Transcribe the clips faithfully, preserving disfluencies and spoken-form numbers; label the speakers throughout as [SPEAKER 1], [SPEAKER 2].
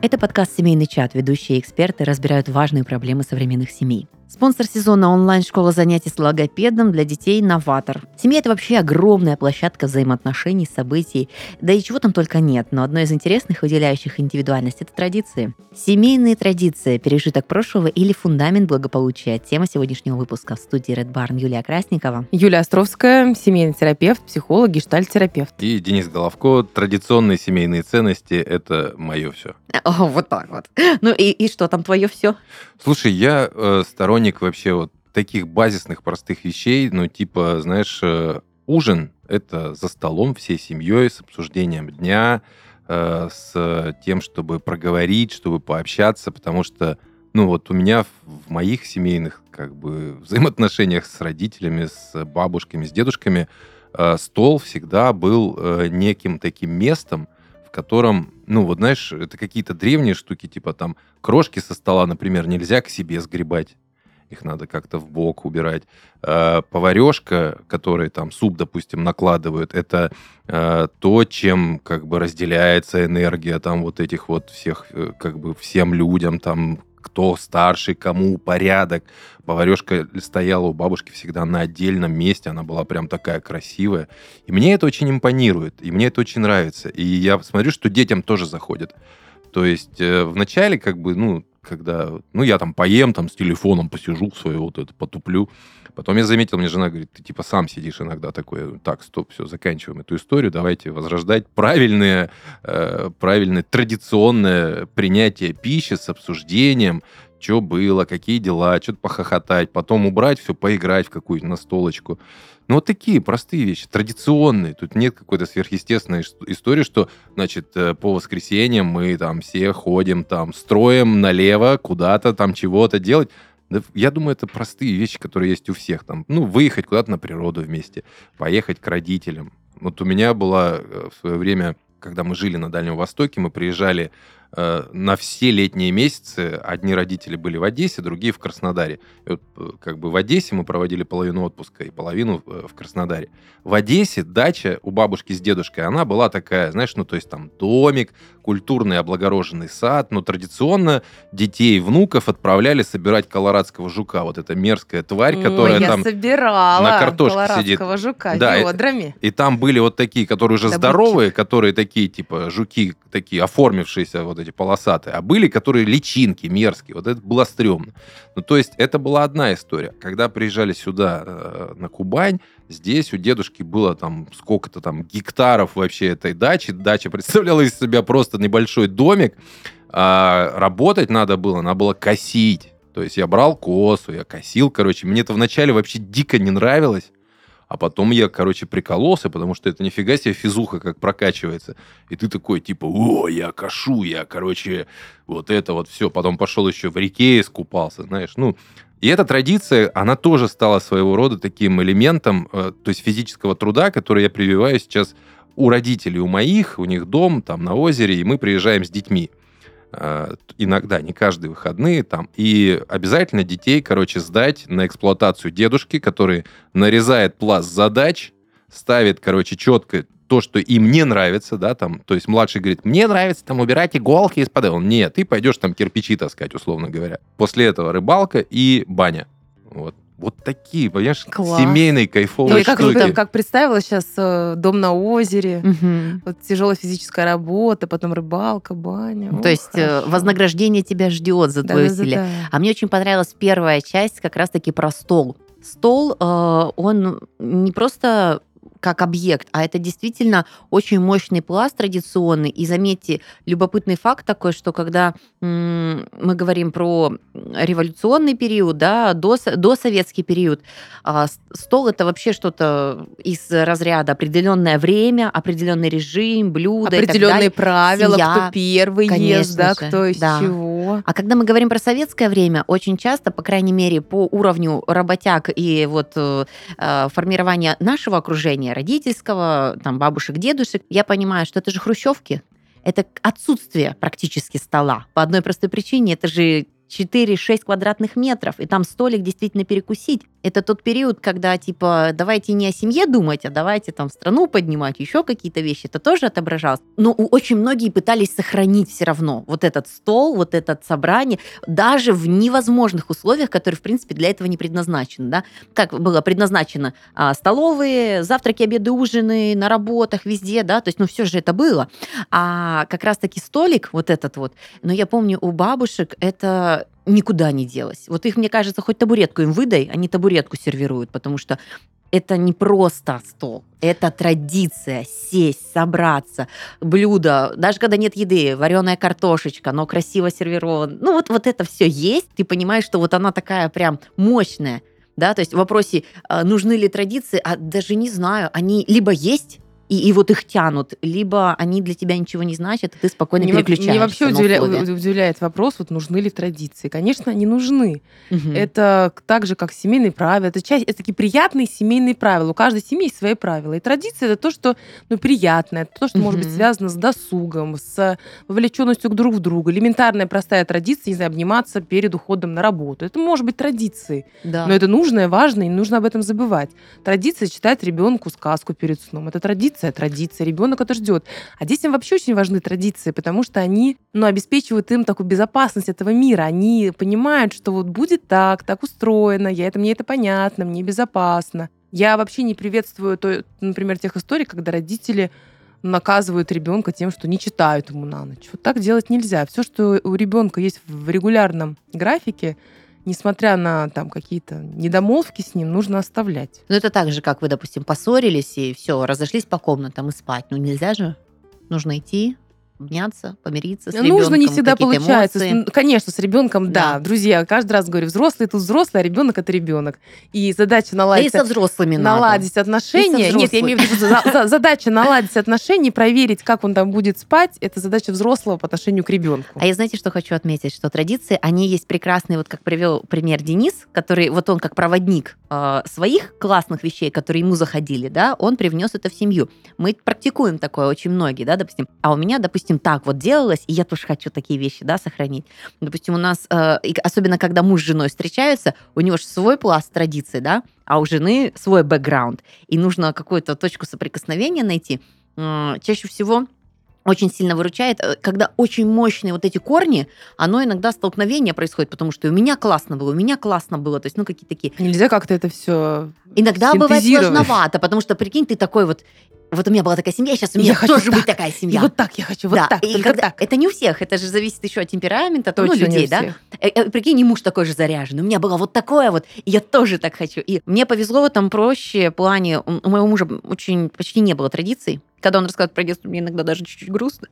[SPEAKER 1] Это подкаст «Семейный чат». Ведущие эксперты разбирают важные проблемы современных семей. Спонсор сезона онлайн-школа занятий с логопедом для детей «Новатор». Семья – это вообще огромная площадка взаимоотношений, событий, да и чего там только нет, но одно из интересных, выделяющих индивидуальность – это традиции. Семейные традиции – пережиток прошлого или фундамент благополучия. Тема сегодняшнего выпуска. В студии Red Barn Юлия Красникова.
[SPEAKER 2] Юлия Островская, семейный терапевт, психолог, гештальт-терапевт.
[SPEAKER 3] И Денис Головко. Традиционные семейные ценности – это мое все.
[SPEAKER 1] О, вот так вот. Ну и, и что там твое все?
[SPEAKER 3] Слушай, я э, сторонник вообще вот таких базисных простых вещей, ну типа, знаешь, э, ужин – это за столом всей семьей с обсуждением дня, э, с тем, чтобы проговорить, чтобы пообщаться, потому что, ну вот у меня в, в моих семейных как бы взаимоотношениях с родителями, с бабушками, с дедушками э, стол всегда был э, неким таким местом, в котором, ну вот знаешь, это какие-то древние штуки, типа там крошки со стола, например, нельзя к себе сгребать. Их надо как-то в бок убирать. Э, поварешка, которой там суп, допустим, накладывают, это э, то, чем как бы разделяется энергия там вот этих вот всех, э, как бы всем людям, там, кто старший, кому порядок. Поварешка стояла у бабушки всегда на отдельном месте, она была прям такая красивая. И мне это очень импонирует, и мне это очень нравится. И я смотрю, что детям тоже заходит. То есть э, вначале как бы, ну, когда, ну, я там поем, там, с телефоном посижу, свое вот это, потуплю. Потом я заметил, мне жена говорит, ты типа сам сидишь иногда такой, так, стоп, все, заканчиваем эту историю, давайте возрождать правильное, э, правильное традиционное принятие пищи с обсуждением, что было, какие дела, что-то похохотать, потом убрать все, поиграть в какую-нибудь настолочку. Ну, вот такие простые вещи, традиционные. Тут нет какой-то сверхъестественной истории, что, значит, по воскресеньям мы там все ходим, там, строим налево куда-то, там, чего-то делать. Да, я думаю, это простые вещи, которые есть у всех. Там, ну, выехать куда-то на природу вместе, поехать к родителям. Вот у меня была в свое время, когда мы жили на Дальнем Востоке, мы приезжали э, на все летние месяцы. Одни родители были в Одессе, другие в Краснодаре. И вот, как бы в Одессе мы проводили половину отпуска и половину в, в Краснодаре. В Одессе дача у бабушки с дедушкой, она была такая, знаешь, ну, то есть там домик, культурный облагороженный сад, но традиционно детей и внуков отправляли собирать колорадского жука. Вот эта мерзкая тварь, которая
[SPEAKER 2] Ой,
[SPEAKER 3] там
[SPEAKER 2] я собирала
[SPEAKER 3] на картошке сидит.
[SPEAKER 2] колорадского жука
[SPEAKER 3] да,
[SPEAKER 2] ведрами.
[SPEAKER 3] И, и там были вот такие, которые уже
[SPEAKER 2] Да
[SPEAKER 3] здоровые, которые такие, типа, жуки, такие оформившиеся, вот эти полосатые, а были, которые личинки мерзкие. Вот это было стрёмно. Ну, то есть, это была одна история. Когда приезжали сюда, э, на Кубань, здесь у дедушки было там сколько-то там гектаров вообще этой дачи. Дача представляла из себя просто небольшой домик. А работать надо было, надо было косить. То есть, я брал косу, я косил, короче. Мне это вначале вообще дико не нравилось. А потом я, короче, прикололся, потому что это нифига себе физуха как прокачивается. И ты такой, типа, о, я кашу, я, короче, вот это вот все. Потом пошел еще в реке искупался, знаешь. Ну, и эта традиция, она тоже стала своего рода таким элементом, э, то есть физического труда, который я прививаю сейчас у родителей, у моих, у них дом там на озере, и мы приезжаем с детьми. Иногда, не каждые выходные там, и обязательно детей, короче, сдать на эксплуатацию дедушки, который нарезает пласт задач, ставит, короче, четко то, что им не нравится, да, там, то есть младший говорит, мне нравится там убирать иголки из-под... Он, нет, ты пойдешь там кирпичи таскать, условно говоря. После этого рыбалка и баня. Вот. Вот такие, понимаешь,
[SPEAKER 2] Класс.
[SPEAKER 3] Семейные кайфовые
[SPEAKER 2] Ну и как,
[SPEAKER 3] штуки.
[SPEAKER 2] как, как представила сейчас э, дом на озере,
[SPEAKER 1] Угу.
[SPEAKER 2] вот тяжелая физическая работа, потом рыбалка, баня.
[SPEAKER 1] То
[SPEAKER 2] О,
[SPEAKER 1] есть э,
[SPEAKER 2] хорошо.
[SPEAKER 1] вознаграждение тебя ждет за твое усилие.
[SPEAKER 2] Да-да-да.
[SPEAKER 1] А мне очень понравилась первая часть как раз-таки про стол. Стол, э, он не просто как объект, а это действительно очень мощный пласт традиционный. И заметьте, любопытный факт такой, что когда м, мы говорим про революционный период, да, дос- досоветский период, а, с- стол это вообще что-то из разряда определенное время, определенный режим, блюда и так
[SPEAKER 2] Определенные
[SPEAKER 1] далее.
[SPEAKER 2] правила,
[SPEAKER 1] Семья,
[SPEAKER 2] кто первый ест,
[SPEAKER 1] конечно
[SPEAKER 2] да,
[SPEAKER 1] же,
[SPEAKER 2] кто из
[SPEAKER 1] да.
[SPEAKER 2] чего.
[SPEAKER 1] А когда мы говорим про советское время, очень часто, по крайней мере, по уровню работяг и вот э, э, формирования нашего окружения, родительского, там, бабушек, дедушек, я понимаю, что это же хрущевки, это отсутствие практически стола. По одной простой причине, это же четыре-шесть квадратных метров, и там столик действительно перекусить. Это тот период, когда, типа, давайте не о семье думать, а давайте там страну поднимать, еще какие-то вещи. Это тоже отображалось. Но у- очень многие пытались сохранить все равно вот этот стол, вот это собрание, даже в невозможных условиях, которые, в принципе, для этого не предназначены. Да? Как было предназначено а, столовые, завтраки, обеды, ужины, на работах, везде, да, то есть, ну, все же это было. А как раз-таки столик, вот этот вот, но я помню, у бабушек это никуда не делось. Вот их, мне кажется, хоть табуретку им выдай, они табуретку сервируют, потому что это не просто стол, это традиция сесть, собраться, блюдо, даже когда нет еды, вареная картошечка, но красиво сервировано. Ну вот, вот это все есть, ты понимаешь, что вот она такая прям мощная, да, то есть в вопросе, а, нужны ли традиции, а даже не знаю, они либо есть, и, и вот их тянут, либо они для тебя ничего не значат, и ты спокойно
[SPEAKER 2] Мне, во-
[SPEAKER 1] переключаешься
[SPEAKER 2] мне вообще
[SPEAKER 1] на
[SPEAKER 2] удивля-
[SPEAKER 1] условия.
[SPEAKER 2] у- удивляет вопрос, вот нужны ли традиции. Конечно, они нужны.
[SPEAKER 1] Мгм.
[SPEAKER 2] Это к- так же, как семейные правила. Это, часть, это такие приятные семейные правила. У каждой семьи есть свои правила. И традиции — это то, что ну, приятное, это то, что может быть
[SPEAKER 1] Мгм.
[SPEAKER 2] связано с досугом, с вовлеченностью друг в друга. Элементарная простая традиция, не знаю, обниматься перед уходом на работу. Это может быть традицией.
[SPEAKER 1] Да.
[SPEAKER 2] Но это нужное, важно, и не нужно об этом забывать. Традиция — читать ребенку сказку перед сном. Это традиция, традиция. Ребенок это ждет. А детям вообще очень важны традиции, потому что они ну, обеспечивают им такую безопасность этого мира. Они понимают, что вот будет так, так устроено, я это, мне это понятно, мне безопасно. Я вообще не приветствую, то, например, тех историй, когда родители наказывают ребенка тем, что не читают ему на ночь. Вот так делать нельзя. Все, что у ребенка есть в регулярном графике, несмотря на там какие-то недомолвки с ним, нужно оставлять.
[SPEAKER 1] Ну, это так же, как вы, допустим, поссорились и все, разошлись по комнатам и спать. Ну, нельзя же. Нужно идти, обняться, помириться с ребенком.
[SPEAKER 2] Нужно, не всегда
[SPEAKER 1] какие-то
[SPEAKER 2] получается.
[SPEAKER 1] эмоции.
[SPEAKER 2] С- Конечно, с ребенком, да.
[SPEAKER 1] Да.
[SPEAKER 2] Друзья, каждый раз говорю, взрослый тут взрослый, а ребенок это ребенок. И задача
[SPEAKER 1] Да и
[SPEAKER 2] наладить,
[SPEAKER 1] со взрослыми надо.
[SPEAKER 2] наладить отношения.
[SPEAKER 1] И со
[SPEAKER 2] Нет, я имею в виду, что за- за- задача наладить отношения, проверить, как он там будет спать. Это задача взрослого по отношению к ребенку.
[SPEAKER 1] А я, знаете, что хочу отметить? Что традиции, они есть прекрасные, вот как привел пример Денис, который, вот он как проводник э, своих классных вещей, которые ему заходили, да, он привнес это в семью. Мы практикуем такое очень многие, да, допустим. А у меня, допустим, так вот делалось, и я тоже хочу такие вещи, да, сохранить. Допустим, у нас, э, и особенно когда муж с женой встречаются, у него же свой пласт традиций, да, а у жены свой бэкграунд, и нужно какую-то точку соприкосновения найти. Э, чаще всего очень сильно выручает, э, когда очень мощные вот эти корни, оно иногда столкновение происходит, потому что у меня классно было, у меня классно было, то есть, ну, какие-то такие.
[SPEAKER 2] Нельзя как-то это все
[SPEAKER 1] Иногда бывает
[SPEAKER 2] синтезировать.
[SPEAKER 1] сложновато, потому что, прикинь, ты такой вот, вот у меня была такая семья, сейчас у
[SPEAKER 2] Я
[SPEAKER 1] меня
[SPEAKER 2] хочу
[SPEAKER 1] тоже
[SPEAKER 2] так.
[SPEAKER 1] будет такая
[SPEAKER 2] И
[SPEAKER 1] семья.
[SPEAKER 2] вот так я хочу, вот
[SPEAKER 1] Да,
[SPEAKER 2] так,
[SPEAKER 1] и
[SPEAKER 2] только
[SPEAKER 1] когда-
[SPEAKER 2] так.
[SPEAKER 1] Это не у всех, это же зависит еще от темперамента, ну,
[SPEAKER 2] Точно не у
[SPEAKER 1] людей, да.
[SPEAKER 2] всех.
[SPEAKER 1] Э, э, Прикинь, и муж такой же заряженный. У меня было вот такое вот, и я тоже так хочу. И мне повезло в этом проще плане. У у моего мужа очень почти не было традиций. Когда он рассказывает про детство, мне иногда даже чуть-чуть грустно.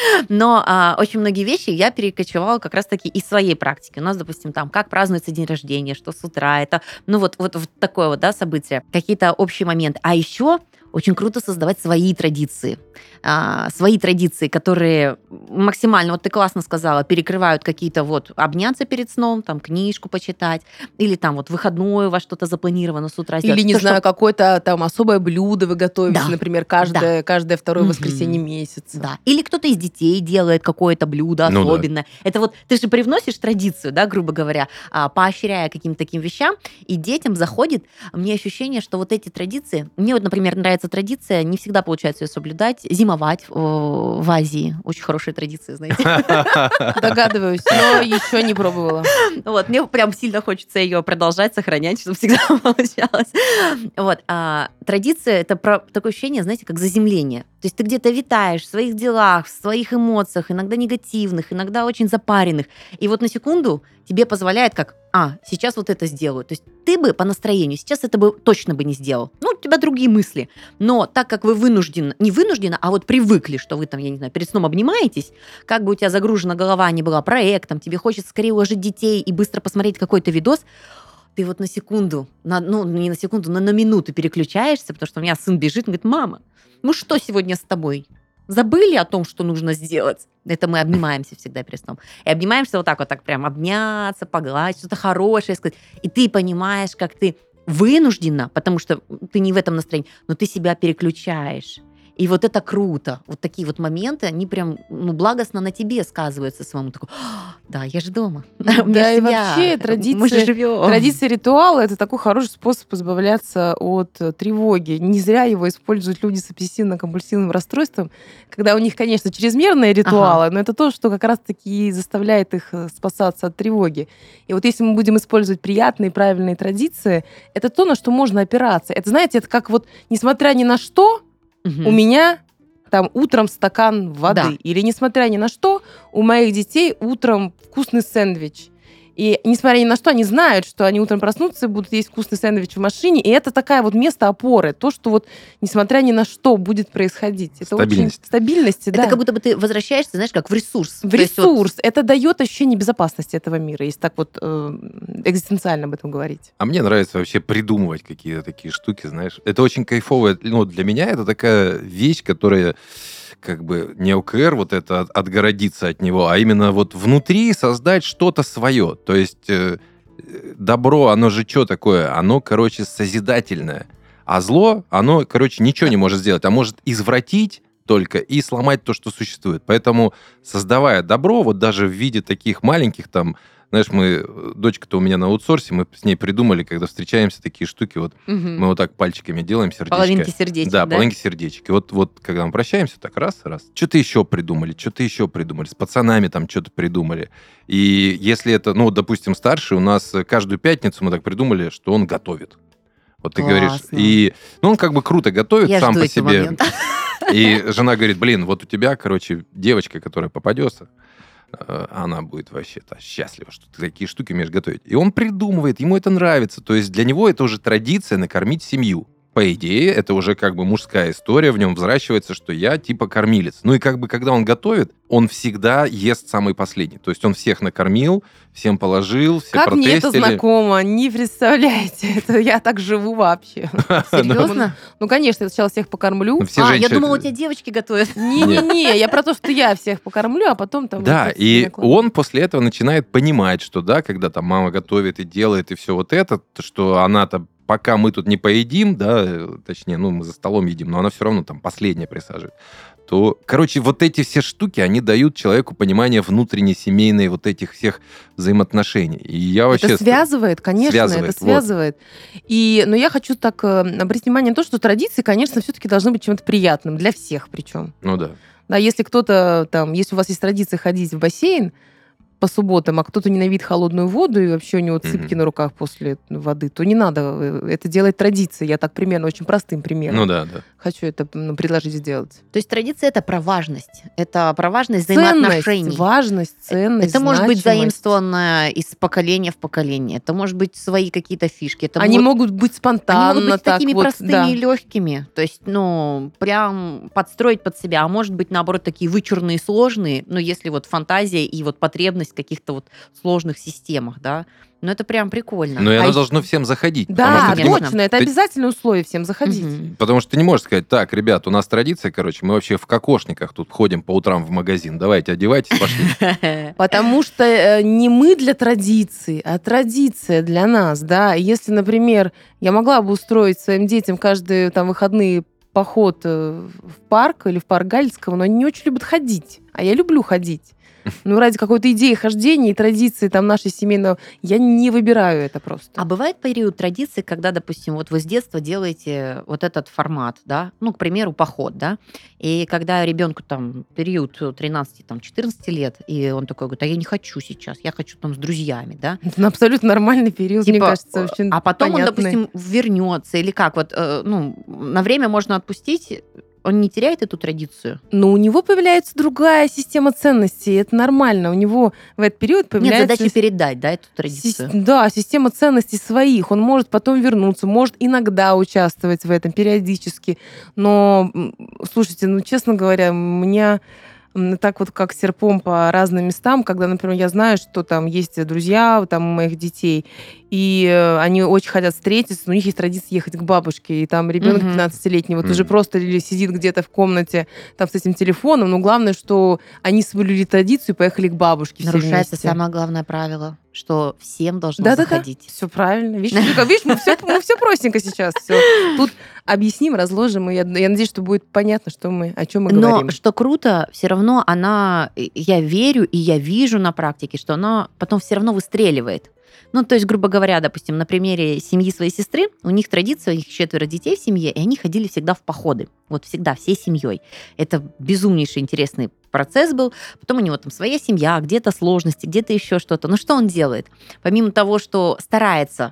[SPEAKER 1] Но а, очень многие вещи я перекочевала как раз-таки из своей практики. У нас, допустим, там, как празднуется день рождения, что с утра, это, ну вот, вот, вот такое вот, да, событие, какие-то общие моменты. А еще очень круто создавать свои традиции. А, свои традиции, которые максимально, вот ты классно сказала, перекрывают какие-то вот обняться перед сном, там книжку почитать, или там вот выходное у вас что-то запланировано с утра сделать.
[SPEAKER 2] Или, не
[SPEAKER 1] То, что-
[SPEAKER 2] знаю, какое-то там особое блюдо вы готовите,
[SPEAKER 1] Да.
[SPEAKER 2] например, каждое, каждое второе
[SPEAKER 1] Мгм.
[SPEAKER 2] воскресенье месяца.
[SPEAKER 1] Да. Или кто-то из детей делает какое-то блюдо
[SPEAKER 3] Ну да.
[SPEAKER 1] особенное. Это вот ты же привносишь традицию, да, грубо говоря, а, поощряя каким-то таким вещам, и детям заходит. Мне ощущение, что вот эти традиции... Мне вот, например, нравится традиция, не всегда получается ее соблюдать, зимовать о, в Азии. Очень хорошая традиция, знаете.
[SPEAKER 2] Догадываюсь, но еще не пробовала.
[SPEAKER 1] Вот, мне прям сильно хочется ее продолжать, сохранять, чтобы всегда получалось. Вот, а традиция — это про такое ощущение, знаете, как заземление. То есть ты где-то витаешь в своих делах, в своих эмоциях, иногда негативных, иногда очень запаренных. И вот на секунду тебе позволяет как, а, сейчас вот это сделаю. То есть ты бы по настроению сейчас это бы точно бы не сделал. Ну, у тебя другие мысли. Но так как вы вынуждены, не вынуждены, а вот привыкли, что вы там, я не знаю, перед сном обнимаетесь, как бы у тебя загружена голова не была проектом, тебе хочется скорее уложить детей и быстро посмотреть какой-то видос, ты вот на секунду, на, ну, не на секунду, но на минуту переключаешься, потому что у меня сын бежит, он говорит, мама, ну что сегодня с тобой? Забыли о том, что нужно сделать? Это мы обнимаемся всегда перед сном. И обнимаемся вот так вот, так прям обняться, погладить, что-то хорошее сказать. И ты понимаешь, как ты вынуждена, потому что ты не в этом настроении, но ты себя переключаешь. И вот это круто. Вот такие вот моменты, они прям ну, благостно на тебе сказываются самому. Такой, да, я же дома.
[SPEAKER 2] Да, и вообще традиции,
[SPEAKER 1] мы же живем.
[SPEAKER 2] Традиции ритуала — это такой хороший способ избавляться от тревоги. Не зря его используют люди с обсессивно-компульсивным расстройством, когда у них, конечно, чрезмерные ритуалы, ага. но это то, что как раз-таки заставляет их спасаться от тревоги. И вот если мы будем использовать приятные, правильные традиции, это то, на что можно опираться. Это, знаете, это как вот, несмотря ни на что, угу. у меня там утром стакан воды. Да. Или, несмотря ни на что, у моих детей утром вкусный сэндвич. И, несмотря ни на что, они знают, что они утром проснутся и будут есть вкусный сэндвич в машине. И это такая вот место опоры. То, что вот, несмотря ни на что, будет происходить. Это
[SPEAKER 3] стабильность.
[SPEAKER 2] Очень... Стабильности,
[SPEAKER 1] это
[SPEAKER 2] да.
[SPEAKER 1] как будто бы ты возвращаешься, знаешь, как в ресурс.
[SPEAKER 2] В ресурс. Вот... Это дает ощущение безопасности этого мира, если так вот э, экзистенциально об этом говорить.
[SPEAKER 3] А мне нравится вообще придумывать какие-то такие штуки, знаешь. Это очень кайфово. Ну, для меня это такая вещь, которая... как бы не ОКР вот это отгородиться от него, а именно вот внутри создать что-то свое. То есть э, добро, оно же что такое? Оно, короче, созидательное. А зло, оно, короче, ничего не может сделать, а может извратить только и сломать то, что существует. Поэтому, создавая добро, вот даже в виде таких маленьких там, знаешь, мы, дочка-то у меня на аутсорсе, мы с ней придумали, когда встречаемся, такие штуки, вот угу. мы вот так пальчиками делаем сердечко.
[SPEAKER 1] Половинки сердечек,
[SPEAKER 3] да?
[SPEAKER 1] Да,
[SPEAKER 3] половинки сердечек. И вот, вот когда мы прощаемся, так раз, раз. Что-то еще придумали, что-то еще придумали. С пацанами там что-то придумали. И если это, ну, допустим, старший, у нас каждую пятницу мы так придумали, что он готовит. Вот ты
[SPEAKER 1] Классно.
[SPEAKER 3] говоришь. И, ну, он как бы круто готовит
[SPEAKER 1] Я
[SPEAKER 3] сам
[SPEAKER 1] жду
[SPEAKER 3] по
[SPEAKER 1] эти
[SPEAKER 3] себе.
[SPEAKER 1] моменты.
[SPEAKER 3] И жена говорит, блин, вот у тебя, короче, девочка, которая попадется, она будет вообще-то счастлива, что ты такие штуки умеешь готовить. И он придумывает, ему это нравится. То есть для него это уже традиция накормить семью. По идее, это уже как бы мужская история, в нем взращивается, что я типа кормилец. Ну и как бы когда он готовит, он всегда ест самый последний. То есть он всех накормил, всем положил, все
[SPEAKER 2] как
[SPEAKER 3] протестили.
[SPEAKER 2] Как мне это знакомо, не представляете. Это я так живу вообще.
[SPEAKER 1] Серьезно?
[SPEAKER 2] Ну, конечно, я сначала всех покормлю.
[SPEAKER 1] А, я думала, у тебя девочки готовят.
[SPEAKER 2] Не-не-не, я про то, что я всех покормлю, а потом там...
[SPEAKER 3] Да, и он после этого начинает понимать, что да, когда там мама готовит и делает, и все вот это, что она-то пока мы тут не поедим, да, точнее, ну, мы за столом едим, но она все равно там последняя присаживает, то, короче, вот эти все штуки, они дают человеку понимание внутренней, семейной вот этих всех взаимоотношений. И я вообще...
[SPEAKER 2] Это связывает, конечно,
[SPEAKER 3] связывает,
[SPEAKER 2] это связывает. Вот. И, но я хочу так э, обратить внимание на то, что традиции, конечно, все-таки должны быть чем-то приятным, для всех причем.
[SPEAKER 3] Ну да.
[SPEAKER 2] Да, если кто-то там, если у вас есть традиция ходить в бассейн по субботам, а кто-то ненавидит холодную воду, и вообще у него цыпки mm-hmm. на руках после воды, то не надо это делать традицией. Я так примерно, очень простым примером.
[SPEAKER 3] Ну да, да.
[SPEAKER 2] Хочу это ну, предложить сделать.
[SPEAKER 1] То есть традиция — это про важность. Это про важность
[SPEAKER 2] ценность,
[SPEAKER 1] взаимоотношений.
[SPEAKER 2] Важность, ценность,
[SPEAKER 1] это может быть
[SPEAKER 2] значимость.
[SPEAKER 1] Заимствовано из поколения в поколение. Это может быть свои какие-то фишки. Это
[SPEAKER 2] Они
[SPEAKER 1] могут,
[SPEAKER 2] могут быть спонтанно.
[SPEAKER 1] Они могут быть
[SPEAKER 2] так
[SPEAKER 1] такими
[SPEAKER 2] вот,
[SPEAKER 1] простыми
[SPEAKER 2] да.
[SPEAKER 1] и легкими. То есть, ну, прям подстроить под себя. А может быть, наоборот, такие вычурные, сложные. Ну, если вот фантазия и вот потребность в каких-то вот сложных системах, да. Ну, это прям прикольно.
[SPEAKER 3] Но и
[SPEAKER 1] а
[SPEAKER 3] оно
[SPEAKER 1] и...
[SPEAKER 3] должно всем заходить.
[SPEAKER 2] Да,
[SPEAKER 3] что
[SPEAKER 2] точно,
[SPEAKER 3] не...
[SPEAKER 2] это
[SPEAKER 3] ты...
[SPEAKER 2] обязательное условие всем заходить.
[SPEAKER 1] Угу.
[SPEAKER 3] Потому что ты не можешь сказать, так, ребят, у нас традиция, короче, мы вообще в кокошниках тут ходим по утрам в магазин, давайте одевайтесь, пошли.
[SPEAKER 2] Потому что не мы для традиции, а традиция для нас, да. Если, например, я могла бы устроить своим детям каждые там выходные поход в парк или в парк Галицкого, но они не очень любят ходить, а я люблю ходить. Ну, ради какой-то идеи хождения и традиции там нашей семейного, я не выбираю это просто.
[SPEAKER 1] А бывает период традиции, когда, допустим, вот вы с детства делаете вот этот формат, да, ну, к примеру, поход, да, и когда ребенку там период тринадцати-четырнадцати лет, и он такой говорит, а я не хочу сейчас, я хочу там с друзьями, да.
[SPEAKER 2] Это абсолютно нормальный период,
[SPEAKER 1] типа,
[SPEAKER 2] мне кажется, очень
[SPEAKER 1] А потом
[SPEAKER 2] понятный.
[SPEAKER 1] Он, допустим, вернется, или как, вот, ну, на время можно отпустить. Он не теряет эту традицию?
[SPEAKER 2] Но у него появляется другая система ценностей. Это нормально. У него в этот период появляется...
[SPEAKER 1] Нет задачи передать, да, эту традицию?
[SPEAKER 2] Си- да, система ценностей своих. Он может потом вернуться, может иногда участвовать в этом периодически. Но, слушайте, ну, честно говоря, у меня... так вот как серпом по разным местам, когда, например, я знаю, что там есть друзья там у моих детей, и они очень хотят встретиться, но у них есть традиция ехать к бабушке, и там ребенок
[SPEAKER 1] Мгм.
[SPEAKER 2] пятнадцатилетний, вот
[SPEAKER 3] Мгм.
[SPEAKER 2] уже просто или сидит где-то в комнате там с этим телефоном, но главное, что они соблюли традицию и поехали к бабушке все
[SPEAKER 1] Нарушается
[SPEAKER 2] вместе.
[SPEAKER 1] самое главное правило, что всем должно
[SPEAKER 2] Да-да-да,
[SPEAKER 1] заходить.
[SPEAKER 2] все правильно. Видишь, Вика, видишь, мы все, мы все простенько сейчас. Все. Тут объясним, разложим, и я, я надеюсь, что будет понятно, что мы, о чем мы
[SPEAKER 1] Но
[SPEAKER 2] говорим.
[SPEAKER 1] что круто, все равно она, я верю и я вижу на практике, что она потом все равно выстреливает. Ну, то есть, грубо говоря, допустим, на примере семьи своей сестры, у них традиция, у них четверо детей в семье, и они ходили всегда в походы. Вот всегда, всей семьей. Это безумнейший интересный процесс был. Потом у него там своя семья, где-то сложности, где-то еще что-то. Но что он делает? Помимо того, что старается,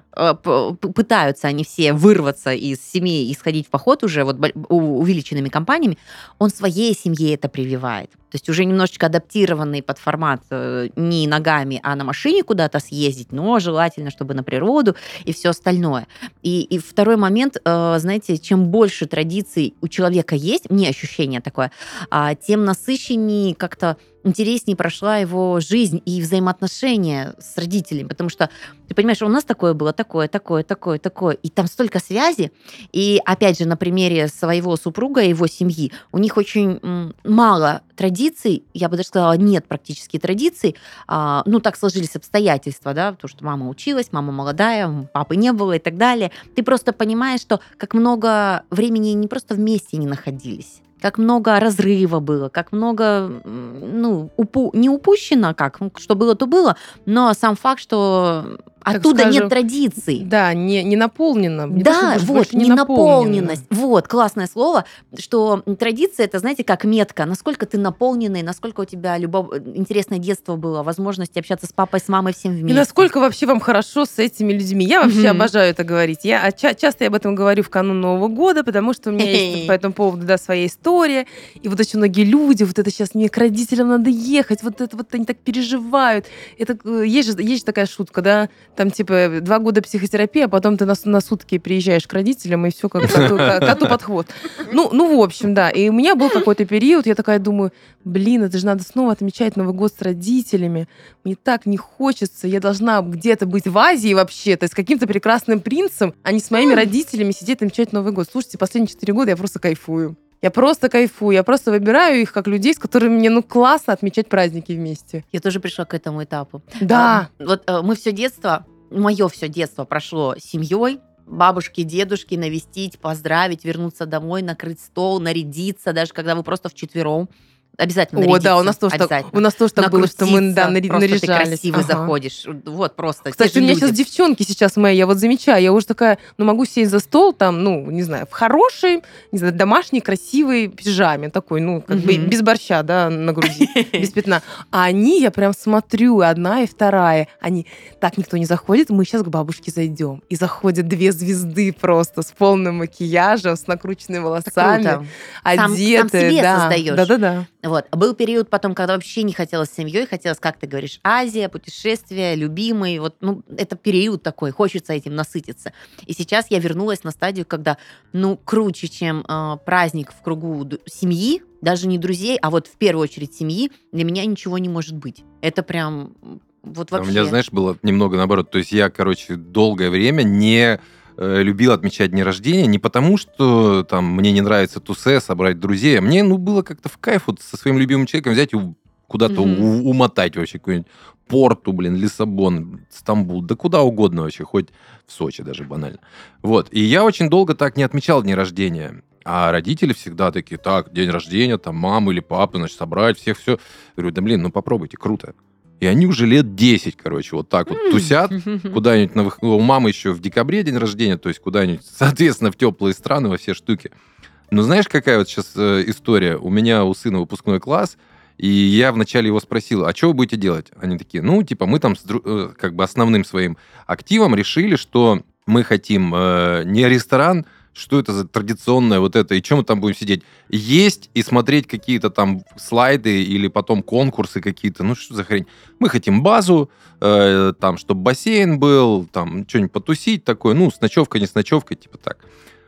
[SPEAKER 1] пытаются они все вырваться из семьи и сходить в поход уже вот увеличенными компаниями, он своей семье это прививает. То есть уже немножечко адаптированный под формат не ногами, а на машине куда-то съездить, но желательно, чтобы на природу и все остальное. И, и второй момент, знаете, чем больше традиций у человека есть, мне ощущение такое, тем насыщеннее как-то интереснее прошла его жизнь и взаимоотношения с родителями, потому что, ты понимаешь, у нас такое было, такое, такое, такое, такое, и там столько связи, и опять же на примере своего супруга и его семьи, у них очень м, мало традиций, я бы даже сказала, нет практически традиций, а, ну так сложились обстоятельства, да, потому что мама училась, мама молодая, папы не было и так далее, ты просто понимаешь, что как много времени не просто вместе не находились, как много разрыва было, как много, ну, упу- не упущено, как, что было, то было, но сам факт, что оттуда
[SPEAKER 2] скажем,
[SPEAKER 1] нет традиций.
[SPEAKER 2] Да, не, не наполнено. Не
[SPEAKER 1] Да,
[SPEAKER 2] то, что
[SPEAKER 1] вот,
[SPEAKER 2] не
[SPEAKER 1] ненаполненность. Вот, классное слово, что традиция, это, знаете, как метка, насколько ты наполненный, насколько у тебя любов... интересное детство было, возможность общаться с папой, с мамой, всем вместе.
[SPEAKER 2] И насколько вообще вам хорошо с этими людьми. Я вообще
[SPEAKER 1] Мгм.
[SPEAKER 2] обожаю это говорить. Я а, ча- часто я об этом говорю в канун Нового года, потому что у меня есть по этому поводу, да, своя история. И вот очень многие люди, вот это сейчас мне к родителям надо ехать, вот это вот они так переживают. Это, э, есть, же, есть же такая шутка, да, там типа два года психотерапии, а потом ты на, с- на сутки приезжаешь к родителям, и все как коту, ко- коту под хвост. Ну, ну, в общем, да. И у меня был какой-то период, я такая думаю, блин, это же надо снова отмечать Новый год с родителями. Мне так не хочется. Я должна где-то быть в Азии вообще-то, с каким-то прекрасным принцем, а не с моими родителями сидеть и отмечать Новый год. Слушайте, последние четыре года я просто кайфую. Я просто кайфую. Я просто выбираю их как людей, с которыми мне, ну, классно отмечать праздники вместе.
[SPEAKER 1] Я тоже пришла к этому этапу.
[SPEAKER 2] Да.
[SPEAKER 1] А, Вот э, мы все детство, мое все детство прошло с семьей, бабушки, дедушки навестить, поздравить, вернуться домой, накрыть стол, нарядиться, даже когда вы просто вчетвером. Обязательно
[SPEAKER 2] О,
[SPEAKER 1] нарядиться.
[SPEAKER 2] да, у нас тоже так,
[SPEAKER 1] обязательно.
[SPEAKER 2] у нас тоже так было, что мы, да,
[SPEAKER 1] Накрутиться,
[SPEAKER 2] нари-
[SPEAKER 1] просто
[SPEAKER 2] наряжались.
[SPEAKER 1] ты красивый
[SPEAKER 2] Ага.
[SPEAKER 1] заходишь. Вот просто.
[SPEAKER 2] Кстати,
[SPEAKER 1] те
[SPEAKER 2] у
[SPEAKER 1] же
[SPEAKER 2] меня
[SPEAKER 1] люди.
[SPEAKER 2] сейчас девчонки сейчас мои, я вот замечаю, я уже такая, ну, могу сесть за стол, там, ну, не знаю, в хорошей, не знаю, домашней, красивой пижаме, такой, ну, как бы
[SPEAKER 1] Мгм.
[SPEAKER 2] без борща, да, на груди, без пятна. А они, я прям смотрю, одна и вторая, они, так, никто не заходит, мы сейчас к бабушке зайдем. И заходят две звезды просто с полным макияжем, с накрученными
[SPEAKER 1] Это
[SPEAKER 2] волосами,
[SPEAKER 1] круто. Сам-
[SPEAKER 2] одеты.
[SPEAKER 1] сам себе
[SPEAKER 2] да.
[SPEAKER 1] создаешь.
[SPEAKER 2] Да-да-да.
[SPEAKER 1] Вот. Был период потом, когда вообще не хотелось с семьей, хотелось, как ты говоришь, Азия, путешествия, любимый. Вот, ну, это период такой, хочется этим насытиться. И сейчас я вернулась на стадию, когда, ну, круче, чем э, праздник в кругу д- семьи, даже не друзей, а вот в первую очередь семьи, для меня ничего не может быть. Это прям м, вот
[SPEAKER 3] А
[SPEAKER 1] вообще.
[SPEAKER 3] у меня, знаешь, было немного наоборот. То есть я, короче, долгое время не э, любил отмечать дни рождения не потому, что там мне не нравится тусе, собрать друзей, а мне, ну, было как-то в кайф вот со своим любимым человеком взять и у- куда-то
[SPEAKER 1] Мгм.
[SPEAKER 3] у- умотать вообще, какой-нибудь Порту, блин, Лиссабон, Стамбул, да куда угодно вообще, хоть в Сочи даже банально. Вот. И я очень долго так не отмечал дни рождения. А родители всегда такие, так, день рождения, там, мамы или папы, значит, собрать всех, все. Говорю, да, блин, ну попробуйте, круто. И они уже лет десять, короче, вот так вот тусят куда-нибудь. На вых- У мамы еще в декабре день рождения, то есть куда-нибудь, соответственно, в теплые страны, во все штуки. Но знаешь, какая вот сейчас э, история? У меня у сына выпускной класс, и я вначале его спросил, а что вы будете делать? Они такие, ну, типа, мы там с дру- э, как бы основным своим активом решили, что мы хотим э, не ресторан, что это за традиционное вот это, и чем мы там будем сидеть? Есть и смотреть какие-то там слайды или потом конкурсы какие-то, ну, что за хрень? Мы хотим базу, э, там, чтобы бассейн был, там, что-нибудь потусить такое, ну, с ночевкой, не с ночевкой, типа так.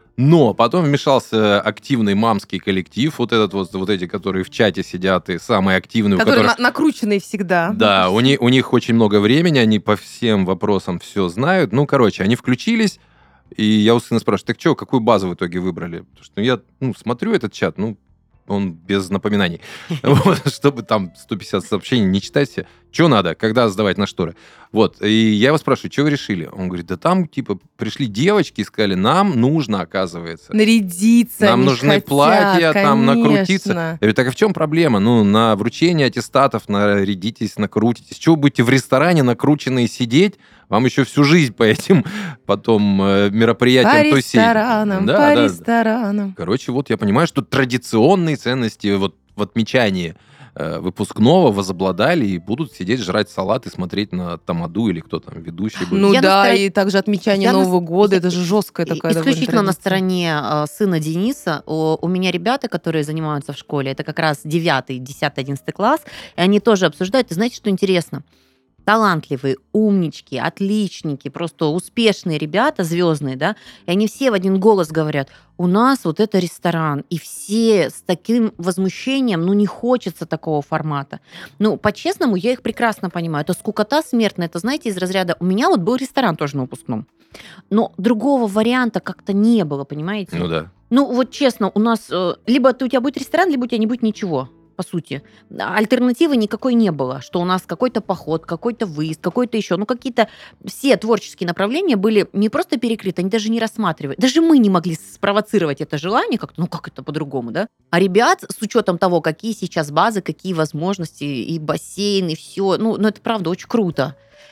[SPEAKER 3] Но потом вмешался активный мамский коллектив, вот этот вот, вот эти, которые в чате сидят, и самые активные, у
[SPEAKER 2] Которые
[SPEAKER 3] которых...
[SPEAKER 2] на- накрученные всегда.
[SPEAKER 3] Да, у них, у них очень много времени, они по всем вопросам все знают. Ну, короче, они включились, и я у сына спрашиваю, так что, какую базу в итоге выбрали? Потому что ну, я ну, смотрю этот чат, ну, он без напоминаний. Вот, чтобы там сто пятьдесят сообщений не читать все. Что надо, когда сдавать на шторы? Вот, и я его спрашиваю, что вы решили? Он говорит, да там, типа, пришли девочки и сказали, нам нужно, оказывается.
[SPEAKER 2] Нарядиться
[SPEAKER 3] Нам
[SPEAKER 2] они
[SPEAKER 3] нужны
[SPEAKER 2] хотят,
[SPEAKER 3] платья, там
[SPEAKER 2] конечно.
[SPEAKER 3] накрутиться. Я говорю, так а в чем проблема? Ну, на вручение аттестатов нарядитесь, накрутитесь. Чего вы будете в ресторане накрученные сидеть? Вам еще всю жизнь по этим потом э, мероприятиям
[SPEAKER 2] По
[SPEAKER 3] тусить.
[SPEAKER 2] ресторанам,
[SPEAKER 3] Да,
[SPEAKER 2] по
[SPEAKER 3] да, да.
[SPEAKER 2] ресторанам.
[SPEAKER 3] Короче, вот я понимаю, что традиционные ценности вот в отмечании э, выпускного возобладали и будут сидеть, жрать салат и смотреть на Тамаду или кто там ведущий будет.
[SPEAKER 2] Ну
[SPEAKER 1] Я
[SPEAKER 2] да,
[SPEAKER 1] настро-
[SPEAKER 2] и также отмечание
[SPEAKER 1] Я
[SPEAKER 2] Нового
[SPEAKER 1] нас-
[SPEAKER 2] года,
[SPEAKER 1] я-
[SPEAKER 2] это же жесткая такая довольно
[SPEAKER 1] Исключительно на
[SPEAKER 2] традиция.
[SPEAKER 1] стороне э, сына Дениса. О, у меня ребята, которые занимаются в школе, это как раз девятый, десятый, одиннадцатый класс, и они тоже обсуждают. И знаете, что интересно? Талантливые, умнички, отличники, просто успешные ребята, звездные, да, и они все в один голос говорят, у нас вот это ресторан, и все с таким возмущением, ну, не хочется такого формата. Ну, по-честному, я их прекрасно понимаю. Это скукота смертная, это, знаете, из разряда, у меня вот был ресторан тоже на выпускном, но другого варианта как-то не было, понимаете?
[SPEAKER 3] Ну да.
[SPEAKER 1] Ну, вот честно, у нас э, либо у тебя будет ресторан, либо у тебя не будет ничего, по сути. Альтернативы никакой не было, что у нас какой-то поход, какой-то выезд, какой-то еще. Ну, какие-то все творческие направления были не просто перекрыты, они даже не рассматривали. Даже мы не могли спровоцировать это желание как-то, ну, как это по-другому, да? А ребят, с учетом того, какие сейчас базы, какие возможности, и бассейн, и все, ну, ну это правда очень круто.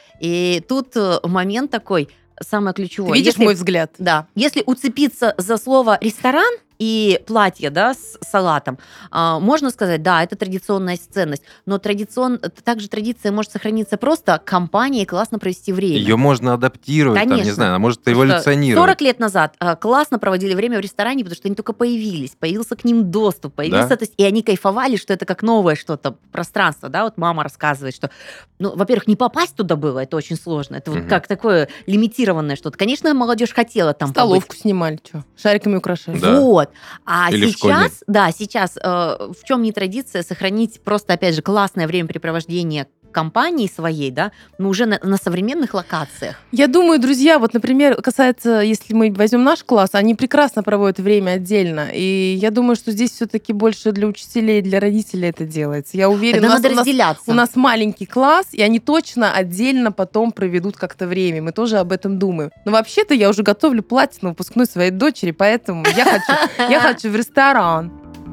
[SPEAKER 1] И тут э, момент такой, самое ключевое.
[SPEAKER 2] Ты видишь
[SPEAKER 1] Если-
[SPEAKER 2] мой взгляд?
[SPEAKER 1] Да. Если уцепиться за слово «ресторан» и платье, да, с салатом, а, можно сказать, да, это традиционная ценность, но традицион... также традиция может сохраниться просто компанией классно провести время.
[SPEAKER 3] Ее можно адаптировать, там, не
[SPEAKER 1] Конечно.
[SPEAKER 3] знаю, она может
[SPEAKER 1] Потому что
[SPEAKER 3] эволюционировать.
[SPEAKER 1] сорок лет назад а, классно проводили время в ресторане, потому что они только появились, появился к ним доступ, появился,
[SPEAKER 3] Да.
[SPEAKER 1] то есть, и они кайфовали, что это как новое что-то, пространство, да, вот мама рассказывает, что, ну, во-первых, не попасть туда было, это очень сложно, это вот
[SPEAKER 3] Мгм.
[SPEAKER 1] как такое лимитированное что-то. Конечно, молодежь хотела там побыть.
[SPEAKER 2] Столовку снимали, что? Шариками украшали.
[SPEAKER 3] Да.
[SPEAKER 1] Вот. А
[SPEAKER 3] Или в школьной.
[SPEAKER 1] сейчас, да, сейчас э, в чем не традиция сохранить просто, опять же, классное времяпрепровождение компании своей, да, но уже на, на современных локациях.
[SPEAKER 2] Я думаю, друзья, вот, например, касается, если мы возьмем наш класс, они прекрасно проводят время отдельно. И я думаю, что здесь все-таки больше для учителей, для родителей это делается. Я уверена,
[SPEAKER 1] Тогда
[SPEAKER 2] у нас,
[SPEAKER 1] надо
[SPEAKER 2] у нас-
[SPEAKER 1] разделяться.
[SPEAKER 2] у нас маленький класс, и они точно отдельно потом проведут как-то время. Мы тоже об этом думаем. Но вообще-то я уже готовлю платье на выпускной своей дочери, поэтому я хочу, я хочу в ресторан.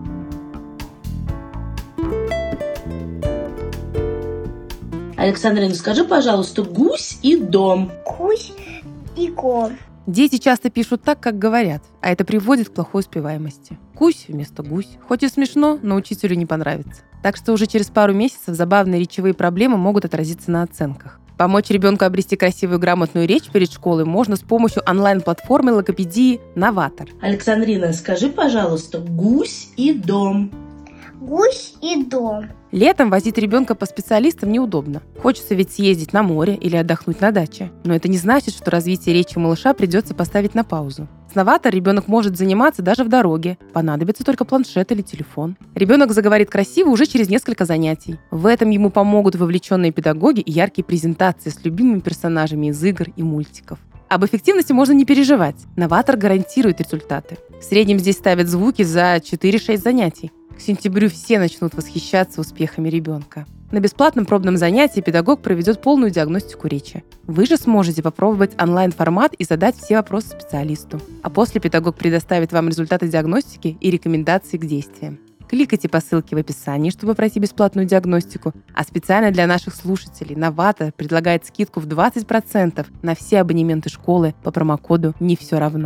[SPEAKER 4] Александрина, скажи, пожалуйста, гусь и дом.
[SPEAKER 5] Гусь и ком.
[SPEAKER 2] Дети часто пишут так, как говорят, а это приводит к плохой успеваемости. Гусь вместо гусь. Хоть и смешно, но учителю не понравится. Так что уже через пару месяцев забавные речевые проблемы могут отразиться на оценках. Помочь ребенку обрести красивую грамотную речь перед школой можно с помощью онлайн-платформы логопедии «Новатор».
[SPEAKER 4] Александрина, скажи, пожалуйста, гусь и дом.
[SPEAKER 5] Гусь и дом.
[SPEAKER 2] Летом возить ребенка по специалистам неудобно. Хочется ведь съездить на море или отдохнуть на даче. Но это не значит, что развитие речи малыша придется поставить на паузу. С «Новатор» ребенок может заниматься даже в дороге. Понадобится только планшет или телефон. Ребенок заговорит красиво уже через несколько занятий. В этом ему помогут вовлеченные педагоги и яркие презентации с любимыми персонажами из игр и мультиков. Об эффективности можно не переживать. «Новатор» гарантирует результаты. В среднем здесь ставят звуки за четыре-шесть занятий. К сентябрю все начнут восхищаться успехами ребенка. На бесплатном пробном занятии педагог проведет полную диагностику речи. Вы же сможете попробовать онлайн-формат и задать все вопросы специалисту. А после педагог предоставит вам результаты диагностики и рекомендации к действиям. Кликайте по ссылке в описании, чтобы пройти бесплатную диагностику. А специально для наших слушателей «Новатор» предлагает скидку в двадцать процентов на все абонементы школы по промокоду «Не все равно».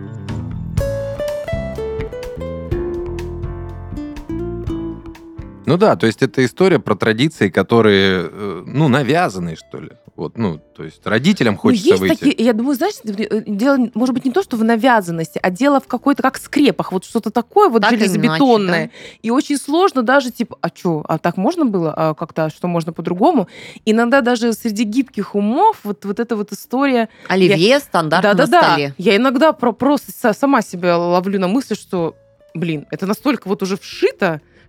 [SPEAKER 3] Ну да, то есть это история про традиции, которые, э, ну, навязанные, что ли. Вот, ну, то есть родителям хочется
[SPEAKER 2] Ну, есть
[SPEAKER 3] выйти.
[SPEAKER 2] такие, я думаю, знаешь, дело, может быть, не то, что в навязанности, а дело в какой-то, как скрепах, вот что-то такое вот
[SPEAKER 1] Так или
[SPEAKER 2] железобетонное.
[SPEAKER 1] иначе,
[SPEAKER 2] И очень сложно даже, типа, а что, а так можно было, а как-то, что можно по-другому? Иногда даже среди гибких умов вот, вот эта вот история...
[SPEAKER 1] Оливье стандарт на
[SPEAKER 2] Да-да-да,
[SPEAKER 1] столе.
[SPEAKER 2] я иногда про- просто са- сама себя ловлю на мысли, что, блин, это настолько вот уже вшито,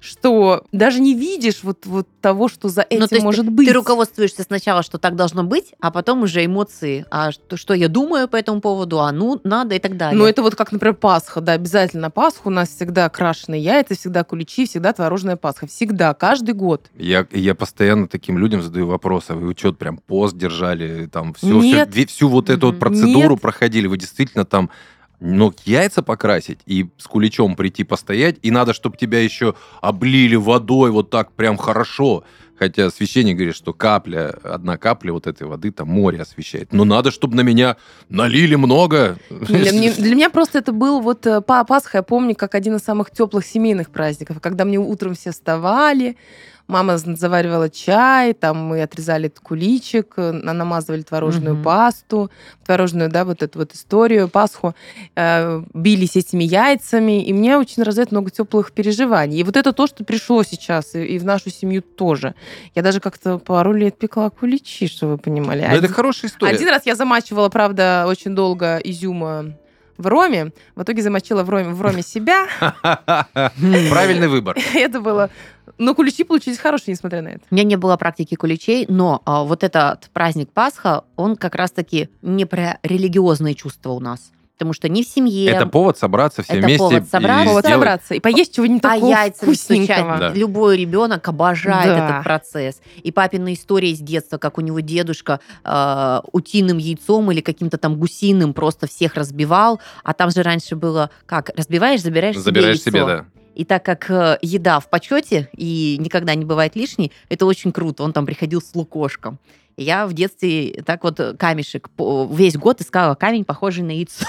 [SPEAKER 2] что даже не видишь вот, вот того, что за этим
[SPEAKER 1] Ну, то есть
[SPEAKER 2] может
[SPEAKER 1] ты,
[SPEAKER 2] быть.
[SPEAKER 1] ты руководствуешься сначала, что так должно быть, а потом уже эмоции. А что, что я думаю по этому поводу, а ну, надо и так далее.
[SPEAKER 2] Ну, это вот как, например, Пасха, да, обязательно Пасху у нас всегда крашеные яйца, всегда куличи, всегда творожная Пасха. Всегда, каждый год.
[SPEAKER 3] Я, я постоянно таким людям задаю вопросы. Вы что, прям пост держали, там всю,
[SPEAKER 2] Нет.
[SPEAKER 3] всю, всю вот эту вот
[SPEAKER 1] Мгм.
[SPEAKER 3] процедуру
[SPEAKER 2] Нет.
[SPEAKER 3] проходили? Вы действительно там, ну, яйца покрасить и с куличом прийти постоять, и надо, чтобы тебя еще облили водой вот так прям хорошо. Хотя священник говорит, что капля, одна капля вот этой воды там море освещает. Но надо, чтобы на меня налили много.
[SPEAKER 2] Для, мне- для меня просто это был вот э, Па- Пасха, я помню, как один из самых теплых семейных праздников, когда мне утром все вставали, мама з- заваривала чай, там мы отрезали этот куличик, э, на- намазывали творожную
[SPEAKER 1] Мгм.
[SPEAKER 2] пасту, творожную, да, вот эту вот историю, Пасху, э, бились этими яйцами, и мне очень рождает много теплых переживаний. И вот это то, что пришло сейчас, и, и в нашу семью тоже. Я даже как-то пару лет пекла куличи, чтобы вы понимали.
[SPEAKER 3] Но это
[SPEAKER 2] Один-
[SPEAKER 3] хорошая история.
[SPEAKER 2] один раз я замачивала, правда, очень долго изюма в роме. В итоге замочила в роме, в роме себя.
[SPEAKER 3] Правильный выбор.
[SPEAKER 2] Это было... Но куличи получились хорошие, несмотря на это.
[SPEAKER 1] У меня не было практики куличей, но а, вот этот праздник Пасха, он как раз-таки не про религиозные чувства у нас. Потому что ни в семье,
[SPEAKER 3] Это повод собраться все
[SPEAKER 1] Это
[SPEAKER 3] вместе
[SPEAKER 1] повод
[SPEAKER 3] и
[SPEAKER 1] собраться.
[SPEAKER 2] Повод
[SPEAKER 3] сделать-
[SPEAKER 2] собраться и поесть чего-нибудь
[SPEAKER 1] а
[SPEAKER 2] такого
[SPEAKER 1] яйцами
[SPEAKER 2] вкусненького.
[SPEAKER 1] стучать.
[SPEAKER 3] Да.
[SPEAKER 1] Любой ребенок обожает
[SPEAKER 2] Да.
[SPEAKER 1] этот процесс. И папина история из детства, как у него дедушка э, утиным яйцом или каким-то там гусиным просто всех разбивал. А там же раньше было как? Разбиваешь, забираешь,
[SPEAKER 3] Забираешь
[SPEAKER 1] себе яйцо.
[SPEAKER 3] себе, да.
[SPEAKER 1] И так как э, еда в почете и никогда не бывает лишней, это очень круто. Он там приходил с лукошком. И я в детстве так вот камешек по- весь год искала камень, похожий на яйцо.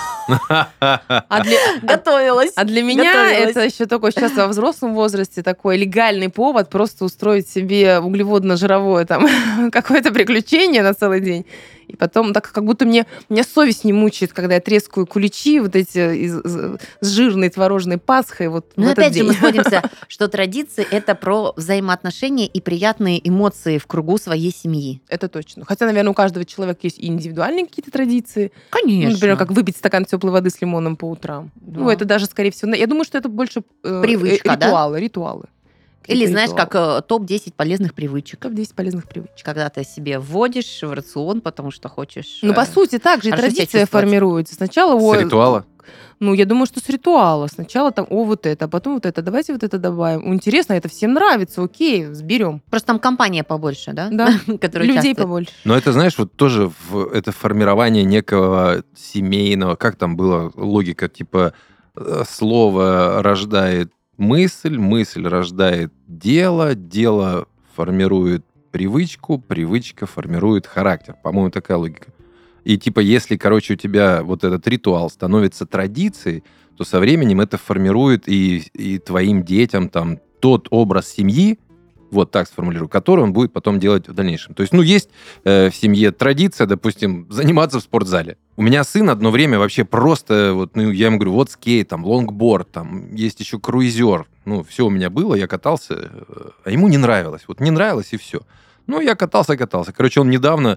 [SPEAKER 2] А для, а-
[SPEAKER 1] Готовилась.
[SPEAKER 2] а для меня
[SPEAKER 1] Готовилась.
[SPEAKER 2] это еще только сейчас во взрослом возрасте такой легальный повод просто устроить себе углеводно-жировое там какое-то приключение на целый день. И потом, так как будто мне, меня совесть не мучает, когда я трескаю куличи вот эти из- из- с жирной творожной пасхой вот
[SPEAKER 1] Ну,
[SPEAKER 2] в этот
[SPEAKER 1] опять же,
[SPEAKER 2] день.
[SPEAKER 1] мы сходимся, что традиции — это про взаимоотношения и приятные эмоции в кругу своей семьи.
[SPEAKER 2] Это точно. Хотя, наверное, у каждого человека есть и индивидуальные какие-то традиции. Ну,
[SPEAKER 1] Конечно.
[SPEAKER 2] например, как выпить стакан теплой воды с лимоном по утрам.
[SPEAKER 1] Да.
[SPEAKER 2] Ну, это даже, скорее всего, на- я думаю, что это больше э,
[SPEAKER 1] Привычка,
[SPEAKER 2] э,
[SPEAKER 1] да?
[SPEAKER 2] ритуалы, ритуалы.
[SPEAKER 1] Или,
[SPEAKER 2] Какие-то
[SPEAKER 1] знаешь,
[SPEAKER 2] ритуалы.
[SPEAKER 1] как э, топ десять полезных привычек.
[SPEAKER 2] Топ десять полезных привычек.
[SPEAKER 1] Когда ты себе вводишь в рацион, потому что хочешь...
[SPEAKER 2] Ну,
[SPEAKER 1] э,
[SPEAKER 2] по сути, так же и
[SPEAKER 1] хорошо себя
[SPEAKER 2] традиция
[SPEAKER 1] чувствовать.
[SPEAKER 2] формируется. Сначала...
[SPEAKER 3] С
[SPEAKER 2] о,
[SPEAKER 3] ритуала?
[SPEAKER 2] Ну, я думаю, что с ритуала. Сначала там, о, вот это, а потом вот это. Давайте вот это добавим. Интересно, это всем нравится, окей, сберем.
[SPEAKER 1] Просто там компания побольше, да?
[SPEAKER 2] Да.
[SPEAKER 1] Которая
[SPEAKER 2] Людей
[SPEAKER 1] участвует.
[SPEAKER 2] побольше.
[SPEAKER 3] Но это, знаешь, вот тоже в, это формирование некого семейного, как там была логика, типа э, слово рождает мысль, мысль рождает дело, дело формирует привычку, привычка формирует характер. По-моему, такая логика. И типа, если, короче, у тебя вот этот ритуал становится традицией, то со временем это формирует и, и твоим детям там тот образ семьи, вот так сформулирую, который он будет потом делать в дальнейшем. То есть, ну, есть э, в семье традиция, допустим, заниматься в спортзале. У меня сын одно время вообще просто, вот, ну, я ему говорю, вот скейт, там, лонгборд, там, есть еще круизер. Ну, все у меня было, я катался, э, а ему не нравилось. Вот не нравилось, и все. Ну, я катался, катался. Короче, он недавно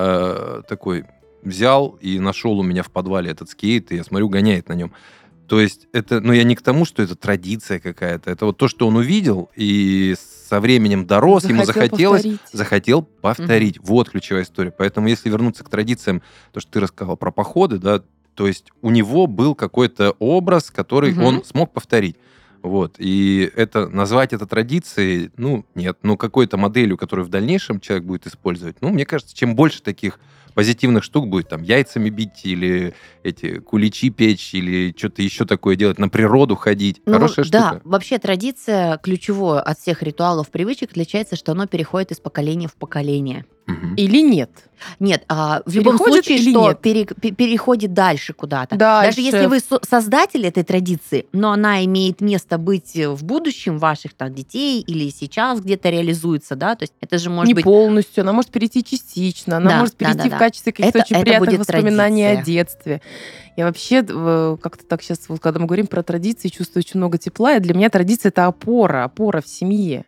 [SPEAKER 3] э, такой взял и нашел у меня в подвале этот скейт, и я смотрю, гоняет на нем. То есть это, ну, я не к тому, что это традиция какая-то. Это вот то, что он увидел, и со временем дорос, ему захотелось,
[SPEAKER 2] повторить.
[SPEAKER 3] захотел повторить. Вот ключевая история. Поэтому если вернуться к традициям, то, что ты рассказал про походы, да, то есть у него был какой-то образ, который
[SPEAKER 1] Мгм.
[SPEAKER 3] он смог повторить. Вот. И это, назвать это традицией, ну, нет. Ну, какой-то моделью, которую в дальнейшем человек будет использовать. Ну, мне кажется, чем больше таких позитивных штук будет, там, яйцами бить или эти куличи печь, или что-то еще такое делать, на природу ходить.
[SPEAKER 1] Ну,
[SPEAKER 3] Хорошая
[SPEAKER 1] да,
[SPEAKER 3] штука.
[SPEAKER 1] вообще традиция ключевое от всех ритуалов, привычек отличается, что оно переходит из поколения в поколение.
[SPEAKER 3] Мгм.
[SPEAKER 2] Или нет.
[SPEAKER 1] Нет, а, в любом
[SPEAKER 2] Переходит
[SPEAKER 1] случае,
[SPEAKER 2] или
[SPEAKER 1] что
[SPEAKER 2] нет?
[SPEAKER 1] пере- пе- переходит дальше куда-то.
[SPEAKER 2] Дальше.
[SPEAKER 1] Даже если вы со- создатель этой традиции, но она имеет место быть в будущем ваших там, детей или сейчас где-то реализуется, да, то есть это же может
[SPEAKER 2] не
[SPEAKER 1] быть...
[SPEAKER 2] полностью, она может перейти частично, она
[SPEAKER 1] Да,
[SPEAKER 2] может
[SPEAKER 1] да,
[SPEAKER 2] перейти
[SPEAKER 1] да,
[SPEAKER 2] в
[SPEAKER 1] да.
[SPEAKER 2] качестве каких-то
[SPEAKER 1] Это-
[SPEAKER 2] очень
[SPEAKER 1] это
[SPEAKER 2] приятных
[SPEAKER 1] будет
[SPEAKER 2] воспоминаний о
[SPEAKER 1] традиция.
[SPEAKER 2] детстве. Я вообще э, как-то так сейчас, вот, когда мы говорим про традиции, чувствую очень много тепла, и для меня традиция — это опора, опора в семье.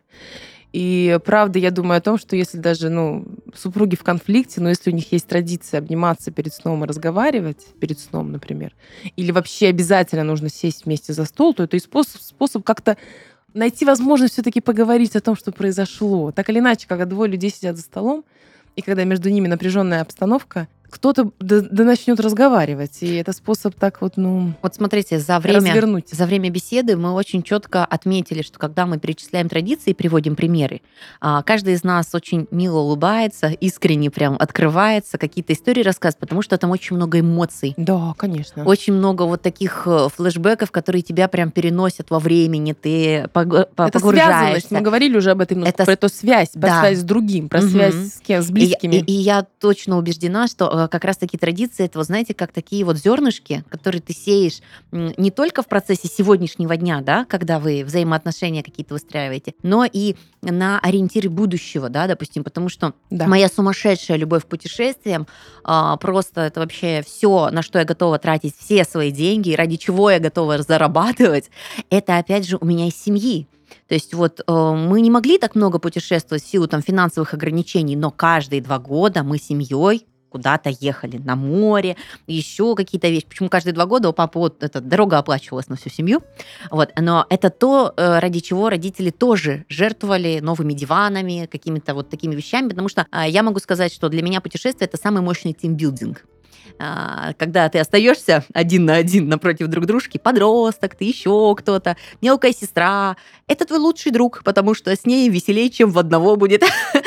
[SPEAKER 2] И правда, я думаю о том, что если даже ну, супруги в конфликте, но если у них есть традиция обниматься перед сном и разговаривать перед сном, например, или вообще обязательно нужно сесть вместе за стол, то это и способ, способ как-то найти возможность все-таки поговорить о том, что произошло. Так или иначе, когда двое людей сидят за столом, и когда между ними напряженная обстановка, кто-то да, да начнет разговаривать. И это способ так вот, ну,
[SPEAKER 1] Вот смотрите, за время,
[SPEAKER 2] развернуть.
[SPEAKER 1] за время беседы мы очень четко отметили, что когда мы перечисляем традиции и приводим примеры, а, каждый из нас очень мило улыбается, искренне прям открывается, какие-то истории рассказывает, потому что там очень много эмоций.
[SPEAKER 2] Да, конечно.
[SPEAKER 1] Очень много вот таких э, флешбеков, которые тебя прям переносят во времени, ты пог- по-
[SPEAKER 2] Это
[SPEAKER 1] погружаешься.
[SPEAKER 2] связанность. Мы говорили уже об этом немножко,
[SPEAKER 1] Это
[SPEAKER 2] про
[SPEAKER 1] с-
[SPEAKER 2] эту связь, про
[SPEAKER 1] да.
[SPEAKER 2] связь с другим, про
[SPEAKER 1] Мгм.
[SPEAKER 2] связь с кем, с
[SPEAKER 1] И,
[SPEAKER 2] близкими.
[SPEAKER 1] и- и я точно убеждена, что э, как раз такие традиции, это, вы знаете, как такие вот зернышки, которые ты сеешь м, не только в процессе сегодняшнего дня, да, когда вы взаимоотношения какие-то выстраиваете, но и на ориентиры будущего, да, допустим, потому что
[SPEAKER 2] Да.
[SPEAKER 1] моя сумасшедшая любовь к путешествиям, а, просто это вообще все, на что я готова тратить все свои деньги, и ради чего я готова зарабатывать, это, опять же, у меня из семьи. То есть вот э, мы не могли так много путешествовать в силу там финансовых ограничений, но каждые два года мы семьей куда-то ехали на море, еще какие-то вещи. Почему каждые два года у папы вот эта дорога оплачивалась на всю семью. Вот. Но это то, э, ради чего родители тоже жертвовали новыми диванами, какими-то вот такими вещами, потому что э, я могу сказать, что для меня путешествие – это самый мощный тимбилдинг. А, Когда ты остаешься один на один напротив друг дружки, подросток, ты еще кто-то, мелкая сестра, это твой лучший друг, потому что с ней веселее, чем в одного будет.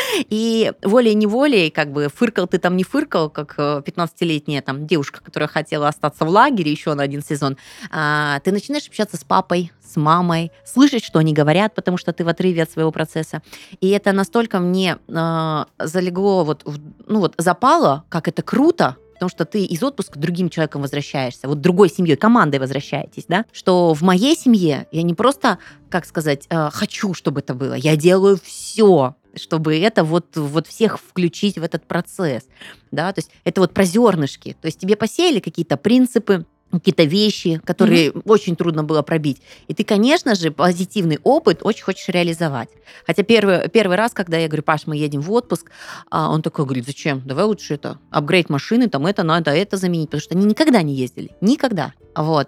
[SPEAKER 1] И волей-неволей, как бы фыркал ты там, не фыркал, как э, пятнадцатилетняя там девушка, которая хотела остаться в лагере еще на один сезон, а, ты начинаешь общаться с папой, с мамой, слышать, что они говорят, потому что ты в отрыве от своего процесса. И это настолько мне э, залегло, вот, в- ну вот запало, как это круто, потому что ты из отпуска другим человеком возвращаешься, вот другой семьей, командой возвращаетесь, да, что в моей семье я не просто, как сказать, э, хочу, чтобы это было, я делаю все, чтобы это вот, вот всех включить в этот процесс, да, то есть это вот про зернышки, то есть тебе посеяли какие-то принципы, какие-то вещи, которые очень трудно было пробить. И ты, конечно же, позитивный опыт очень хочешь реализовать. Хотя первый, первый раз, когда я говорю, Паш, мы едем в отпуск, а он такой говорит, зачем? Давай лучше это, апгрейд машины, там это надо, это заменить, потому что они никогда не ездили. Никогда. Вот.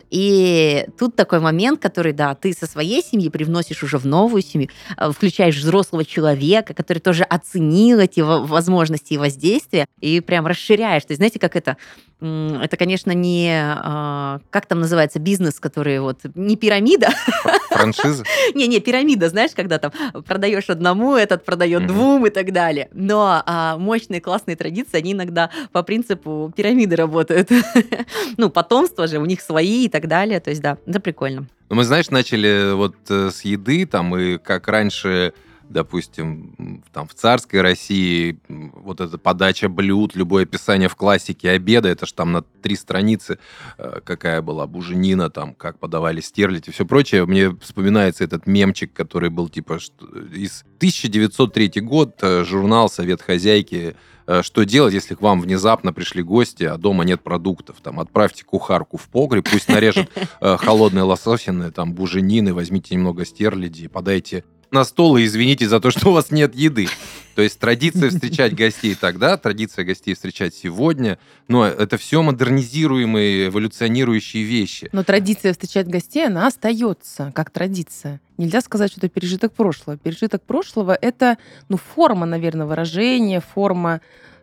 [SPEAKER 1] И тут такой момент, который, да, ты со своей семьи привносишь уже в новую семью, э, включаешь взрослого человека, который тоже оценил эти во- возможности и воздействия, и прям расширяешь. То есть, знаете, как это? М, Это, конечно, не... а, Как там называется бизнес, который вот... Не пирамида.
[SPEAKER 3] Франшиза?
[SPEAKER 1] Не-не, пирамида, знаешь, когда там продаешь одному, этот продает
[SPEAKER 3] Мгм.
[SPEAKER 1] двум и так далее. Но а, мощные классные традиции, они иногда по принципу пирамиды работают. Ну, потомство же, у них свои и так далее. То есть, да, это прикольно.
[SPEAKER 3] Ну, мы, знаешь, начали вот э, с еды, там, и как раньше, допустим, м, там, в царской России м, вот эта подача блюд, любое описание в классике обеда, это ж там на три страницы, э, какая была буженина, там, как подавали стерлядь и все прочее. Мне вспоминается этот мемчик, который был, типа, что- из тысяча девятьсот третий год, э, журнал «Совет хозяйки», э, что делать, если к вам внезапно пришли гости, а дома нет продуктов? Там, отправьте кухарку в погреб, пусть нарежет э, холодные лососины, там, буженины, возьмите немного стерляди, подайте на стол и извините за то, что у вас нет еды. То есть традиция встречать гостей тогда, традиция гостей встречать сегодня, но это все модернизируемые, эволюционирующие вещи.
[SPEAKER 2] Но традиция встречать гостей, она остается как традиция. Нельзя сказать, что это пережиток прошлого. Пережиток прошлого — это, ну, форма, наверное, выражения, форма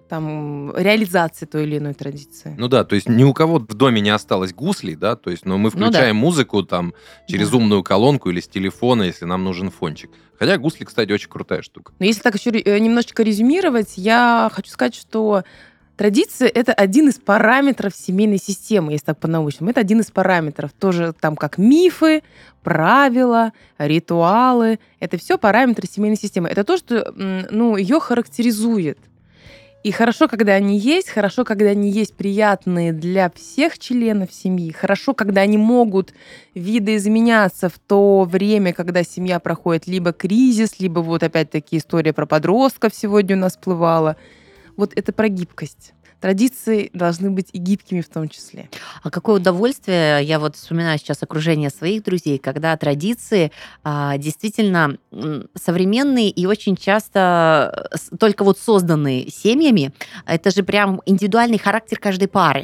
[SPEAKER 2] там, реализации той или иной традиции.
[SPEAKER 3] Ну да, то есть ни у кого в доме не осталось гуслей, да, то есть, но мы
[SPEAKER 1] Ну да.
[SPEAKER 3] включаем музыку там через
[SPEAKER 1] Да.
[SPEAKER 3] умную колонку или с телефона, если нам нужен фончик. Хотя гусли, кстати, очень крутая штука.
[SPEAKER 2] Но если так еще ре- э, немножечко резюмировать, я хочу сказать, что традиция — это один из параметров семейной системы, если так по-научному. Это один из параметров. Тоже там как мифы, правила, ритуалы. Это все параметры семейной системы. Это то, что м, ну, ее характеризует. И хорошо, когда они есть, хорошо, когда они есть приятные для всех членов семьи, хорошо, когда они могут видоизменяться в то время, когда семья проходит либо кризис, либо вот опять-таки история про подростков сегодня у нас всплывала. Вот это про гибкость. Традиции должны быть и гибкими в том числе.
[SPEAKER 1] А какое удовольствие, я вот вспоминаю сейчас окружение своих друзей, когда традиции а, действительно м, современные и очень часто э, с- только вот созданные семьями, это же прям индивидуальный характер каждой пары.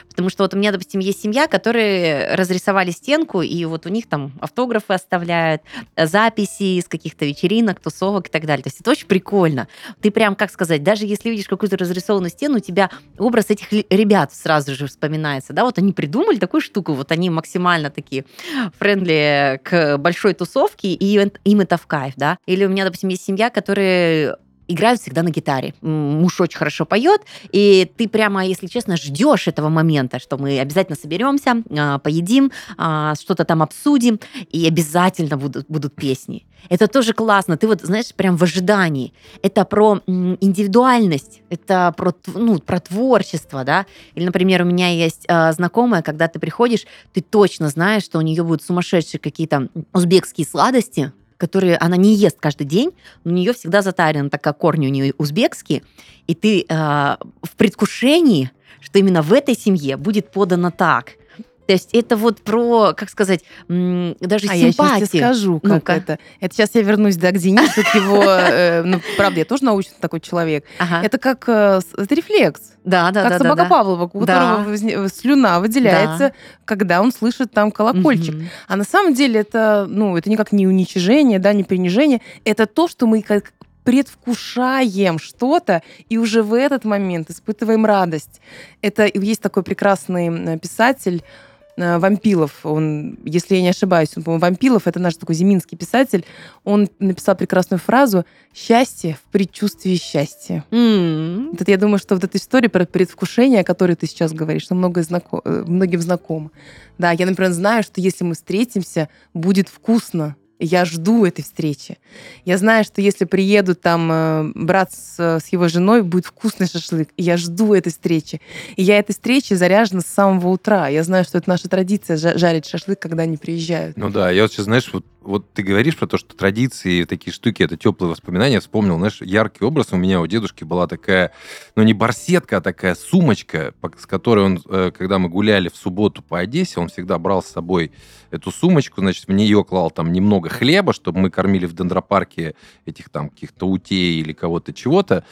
[SPEAKER 1] Потому что вот у меня, допустим, есть семья, которые разрисовали стенку, и вот у них там автографы оставляют, записи с каких-то вечеринок, тусовок и так далее. То есть это очень прикольно. Ты прям, как сказать, даже если видишь какую-то разрисованную стену, у тебя образ этих ребят сразу же вспоминается. Да, вот они придумали такую штуку, вот они максимально такие френдли к большой тусовке, и им это в кайф, да. Или у меня, допустим, есть семья, которые играют всегда на гитаре. Муж очень хорошо поет, и ты прямо, если честно, ждешь этого момента, что мы обязательно соберемся, поедим, что-то там обсудим, и обязательно будут, будут песни. Это тоже классно. Ты вот, знаешь, прям в ожидании. Это про индивидуальность, это про, ну, про творчество, да. Или, например, у меня есть знакомая, когда ты приходишь, ты точно знаешь, что у нее будут сумасшедшие какие-то узбекские сладости, которые она не ест каждый день, но у нее всегда затарено, так как корни у нее узбекские, и ты э, в предвкушении, что именно в этой семье будет подано так. То есть это вот про, как сказать, м, даже
[SPEAKER 2] А
[SPEAKER 1] симпатию.
[SPEAKER 2] я сейчас тебе скажу, как
[SPEAKER 1] Ну-ка.
[SPEAKER 2] это. Это сейчас я вернусь, да, к Денису, к его... э, ну, правда, я тоже научный такой человек.
[SPEAKER 1] Ага.
[SPEAKER 2] Это как э, с- это рефлекс.
[SPEAKER 1] Да, да,
[SPEAKER 2] Как
[SPEAKER 1] да,
[SPEAKER 2] собака
[SPEAKER 1] да, да.
[SPEAKER 2] Павлова, у
[SPEAKER 1] Да.
[SPEAKER 2] которого возне- слюна выделяется, когда он слышит там колокольчик.
[SPEAKER 1] Мгм.
[SPEAKER 2] А на самом деле это, ну, это никак не уничижение, да, не принижение. Это то, что мы как предвкушаем что-то, и уже в этот момент испытываем радость. Это есть такой прекрасный э, писатель э, Вампилов. Он, если я не ошибаюсь, он, по-моему, Вампилов, это наш такой зиминский писатель. Он написал прекрасную фразу «Счастье в предчувствии счастья».
[SPEAKER 1] М.
[SPEAKER 2] Вот это, я думаю, что вот эта история про предвкушение, о которой ты сейчас говоришь, ну, много знако- э, многим знакома. Да, я, например, знаю, что если мы встретимся, будет вкусно. Я жду этой встречи. Я знаю, что если приедут там э, брат с, с его женой, будет вкусный шашлык. И я жду этой встречи. И я этой встречи заряжена с самого утра. Я знаю, что это наша традиция жа- жарить шашлык, когда они приезжают.
[SPEAKER 3] Ну да, я вот сейчас, знаешь, вот, вот ты говоришь про то, что традиции, такие штуки, это теплые воспоминания. Я вспомнил, знаешь, яркий образ у меня у дедушки была такая, ну не барсетка, а такая сумочка, по- с которой он, э, когда мы гуляли в субботу по Одессе, он всегда брал с собой эту сумочку, значит, в нее клал там немного хлеба, чтобы мы кормили в дендропарке этих там каких-то утей или кого-то чего-то,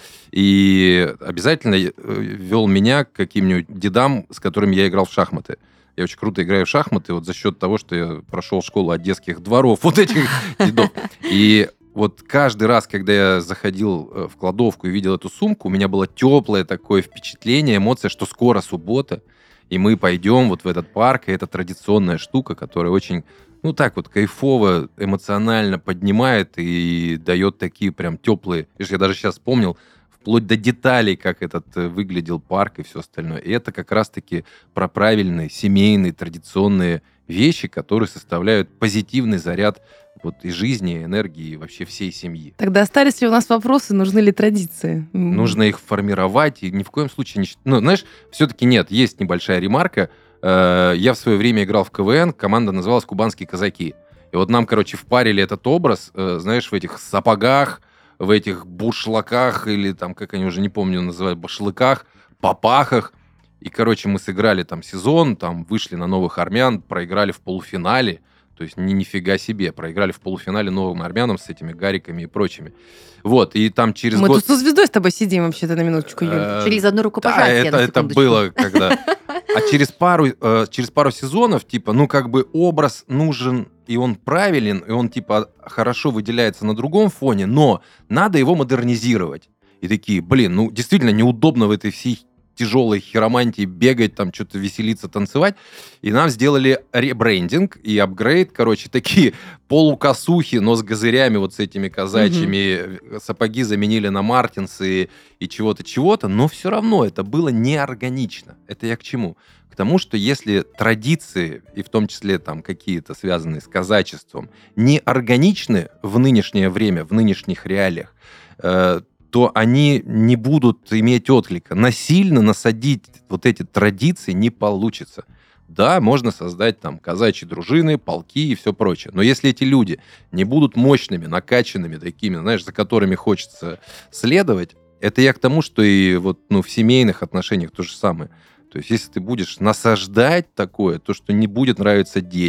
[SPEAKER 3] и обязательно э, вел меня к каким-нибудь дедам, с которыми я играл в шахматы. Я очень круто играю в шахматы вот за счет того, что я прошел школу одесских дворов, вот этих дедов. И вот каждый раз, когда я заходил э, в кладовку и видел эту сумку, у меня было теплое такое впечатление, эмоция, что скоро суббота, и мы пойдем вот в этот парк, и это традиционная штука, которая очень, ну так вот, кайфово, эмоционально поднимает и дает такие прям теплые... Видишь, я даже сейчас вспомнил, вплоть до деталей, как этот э, выглядел парк и все остальное. И это как раз-таки про правильные, семейные, традиционные вещи, которые составляют позитивный заряд вот и жизни, и энергии, и вообще всей семьи.
[SPEAKER 2] Тогда остались ли у нас вопросы, нужны ли традиции? М.
[SPEAKER 3] Нужно их формировать, и ни в коем случае не... щ- Ну, знаешь, все-таки нет, есть небольшая ремарка. Э, Я в свое время играл в КВН, команда называлась «Кубанские казаки». И вот нам, короче, впарили этот образ, э, знаешь, в этих сапогах, в этих буршлаках, или там, как они уже, не помню, называют, башлыках, папахах. И, короче, мы сыграли там сезон, там вышли на новых армян, проиграли в полуфинале. То есть ни нифига себе. Проиграли в полуфинале новым армянам с этими гариками и прочими. Вот, и там через
[SPEAKER 2] Мы
[SPEAKER 3] год...
[SPEAKER 2] тут со звездой с тобой сидим вообще-то на минуточку, Юль.
[SPEAKER 3] Э,
[SPEAKER 1] Через одну
[SPEAKER 3] Да,
[SPEAKER 1] рукопожатие,
[SPEAKER 3] это,
[SPEAKER 1] на
[SPEAKER 3] это
[SPEAKER 1] секундочку.
[SPEAKER 3] было когда... А через пару, э, через пару сезонов, типа, ну, как бы образ нужен, и он правилен, и он, типа, хорошо выделяется на другом фоне, но надо его модернизировать. И такие, блин, ну, действительно неудобно в этой всей тяжелой хиромантии бегать, там, что-то веселиться, танцевать. И нам сделали ребрендинг и апгрейд, короче, такие полукосухи, но с газырями вот с этими казачьими. Сапоги заменили на мартинсы и, и чего-то, чего-то, но все равно это было неорганично. Это я к чему? К тому, что если традиции, и в том числе там какие-то связанные с казачеством, не органичны в нынешнее время, в нынешних реалиях, э, то они не будут иметь отклика. Насильно насадить вот эти традиции не получится. Да, можно создать там казачьи дружины, полки и все прочее. Но если эти люди не будут мощными, накачанными такими, знаешь, за которыми хочется следовать, это я к тому, что и вот, ну, в семейных отношениях то же самое. То есть если ты будешь насаждать такое, то, что не будет нравиться детям,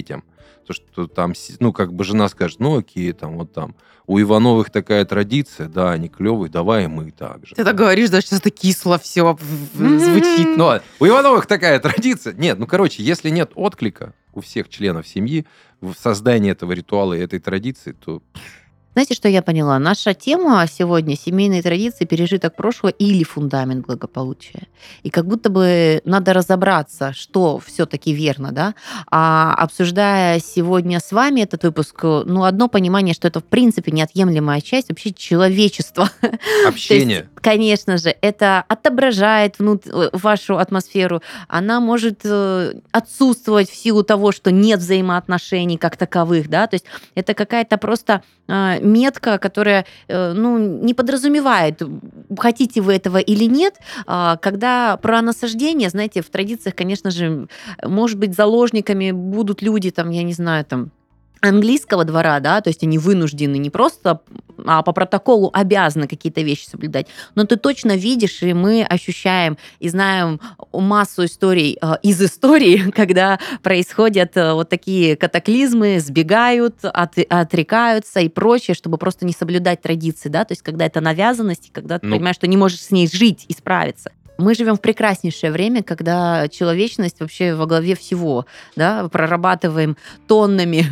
[SPEAKER 3] То, что там, ну, как бы жена скажет, ну, окей, там, вот там, у Ивановых такая традиция, да, они клевые, давай и мы так же.
[SPEAKER 2] Ты так говоришь, даже сейчас это кисло все звучит.
[SPEAKER 3] Ну, ладно, у Ивановых такая традиция. Нет, ну, короче, если нет отклика у всех членов семьи в создании этого ритуала и этой традиции, то...
[SPEAKER 1] Знаете, что я поняла? Наша тема сегодня — семейные традиции, пережиток прошлого или фундамент благополучия. И как будто бы надо разобраться, что все-таки верно, да? А обсуждая сегодня с вами этот выпуск, ну, одно понимание, что это, в принципе, неотъемлемая часть вообще человечества.
[SPEAKER 3] Общение.
[SPEAKER 1] То есть, конечно же, это отображает внут... вашу атмосферу. Она может отсутствовать в силу того, что нет взаимоотношений как таковых, да? То есть это какая-то просто метка, которая, ну, не подразумевает, хотите вы этого или нет. Когда про насаждение, знаете, в традициях, конечно же, может быть, заложниками будут люди, там, я не знаю, там, английского двора, да, то есть они вынуждены не просто, а по протоколу обязаны какие-то вещи соблюдать, но ты точно видишь, и мы ощущаем и знаем массу историй э, из истории, когда происходят э, вот такие катаклизмы, сбегают, от, отрекаются и прочее, чтобы просто не соблюдать традиции, да, то есть когда это навязанность, и когда ты ну, понимаешь, что не можешь с ней жить и справиться. Мы живем в прекраснейшее время, когда человечность вообще во главе всего, да, прорабатываем тоннами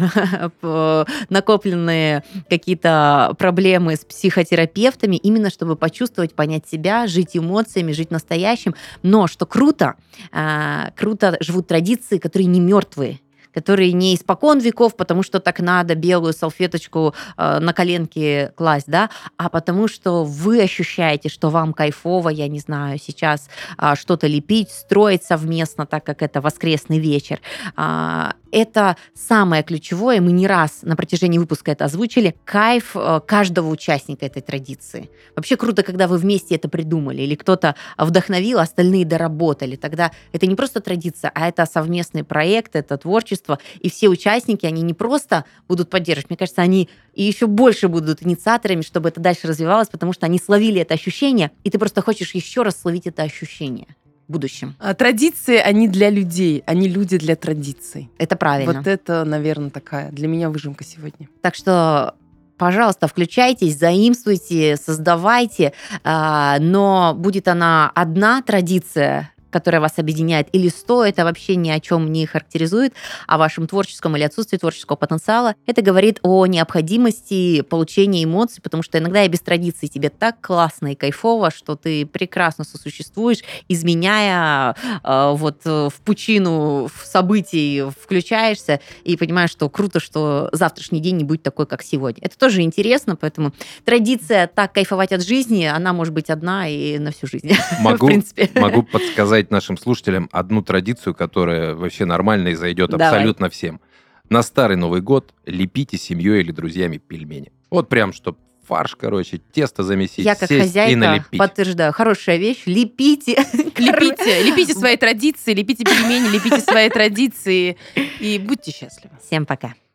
[SPEAKER 1] накопленные какие-то проблемы с психотерапевтами, именно чтобы почувствовать, понять себя, жить эмоциями, жить настоящим. Но что круто, круто живут традиции, которые не мертвые, которые не испокон веков, потому что так надо белую салфеточку э, на коленке класть, да, а потому что вы ощущаете, что вам кайфово, я не знаю, сейчас э, что-то лепить, строить совместно, так как это воскресный вечер. Э, это самое ключевое, мы не раз на протяжении выпуска это озвучили, кайф э, каждого участника этой традиции. Вообще круто, когда вы вместе это придумали, или кто-то вдохновил, остальные доработали. Тогда это не просто традиция, а это совместный проект, это творчество, и все участники, они не просто будут поддерживать, мне кажется, они и еще больше будут инициаторами, чтобы это дальше развивалось, потому что они словили это ощущение, и ты просто хочешь еще раз словить это ощущение в будущем.
[SPEAKER 2] А традиции, они для людей, они люди для традиций.
[SPEAKER 1] Это правильно.
[SPEAKER 2] Вот это, наверное, такая для меня выжимка сегодня.
[SPEAKER 1] Так что... Пожалуйста, включайтесь, заимствуйте, создавайте, но будет она одна традиция, которая вас объединяет, или сто, это вообще ни о чем не характеризует, о вашем творческом или отсутствии творческого потенциала. Это говорит о необходимости получения эмоций, потому что иногда и без традиций тебе так классно и кайфово, что ты прекрасно сосуществуешь, изменяя э, вот в пучину в событий включаешься и понимаешь, что круто, что завтрашний день не будет такой, как сегодня. Это тоже интересно, поэтому традиция так кайфовать от жизни, она может быть одна и на всю жизнь.
[SPEAKER 3] Могу,
[SPEAKER 1] в принципе.
[SPEAKER 3] Могу подсказать нашим слушателям одну традицию, которая вообще нормально и зайдет
[SPEAKER 1] Давай.
[SPEAKER 3] Абсолютно всем. На Старый Новый год лепите с семьей или друзьями пельмени. Вот прям, чтоб фарш, короче, тесто замесить,
[SPEAKER 1] Я как
[SPEAKER 3] сесть и
[SPEAKER 1] хозяйка
[SPEAKER 3] налепить.
[SPEAKER 1] подтверждаю, хорошая вещь, лепите.
[SPEAKER 2] Лепите, лепите свои традиции, лепите пельмени, лепите свои традиции и будьте счастливы.
[SPEAKER 1] Всем пока.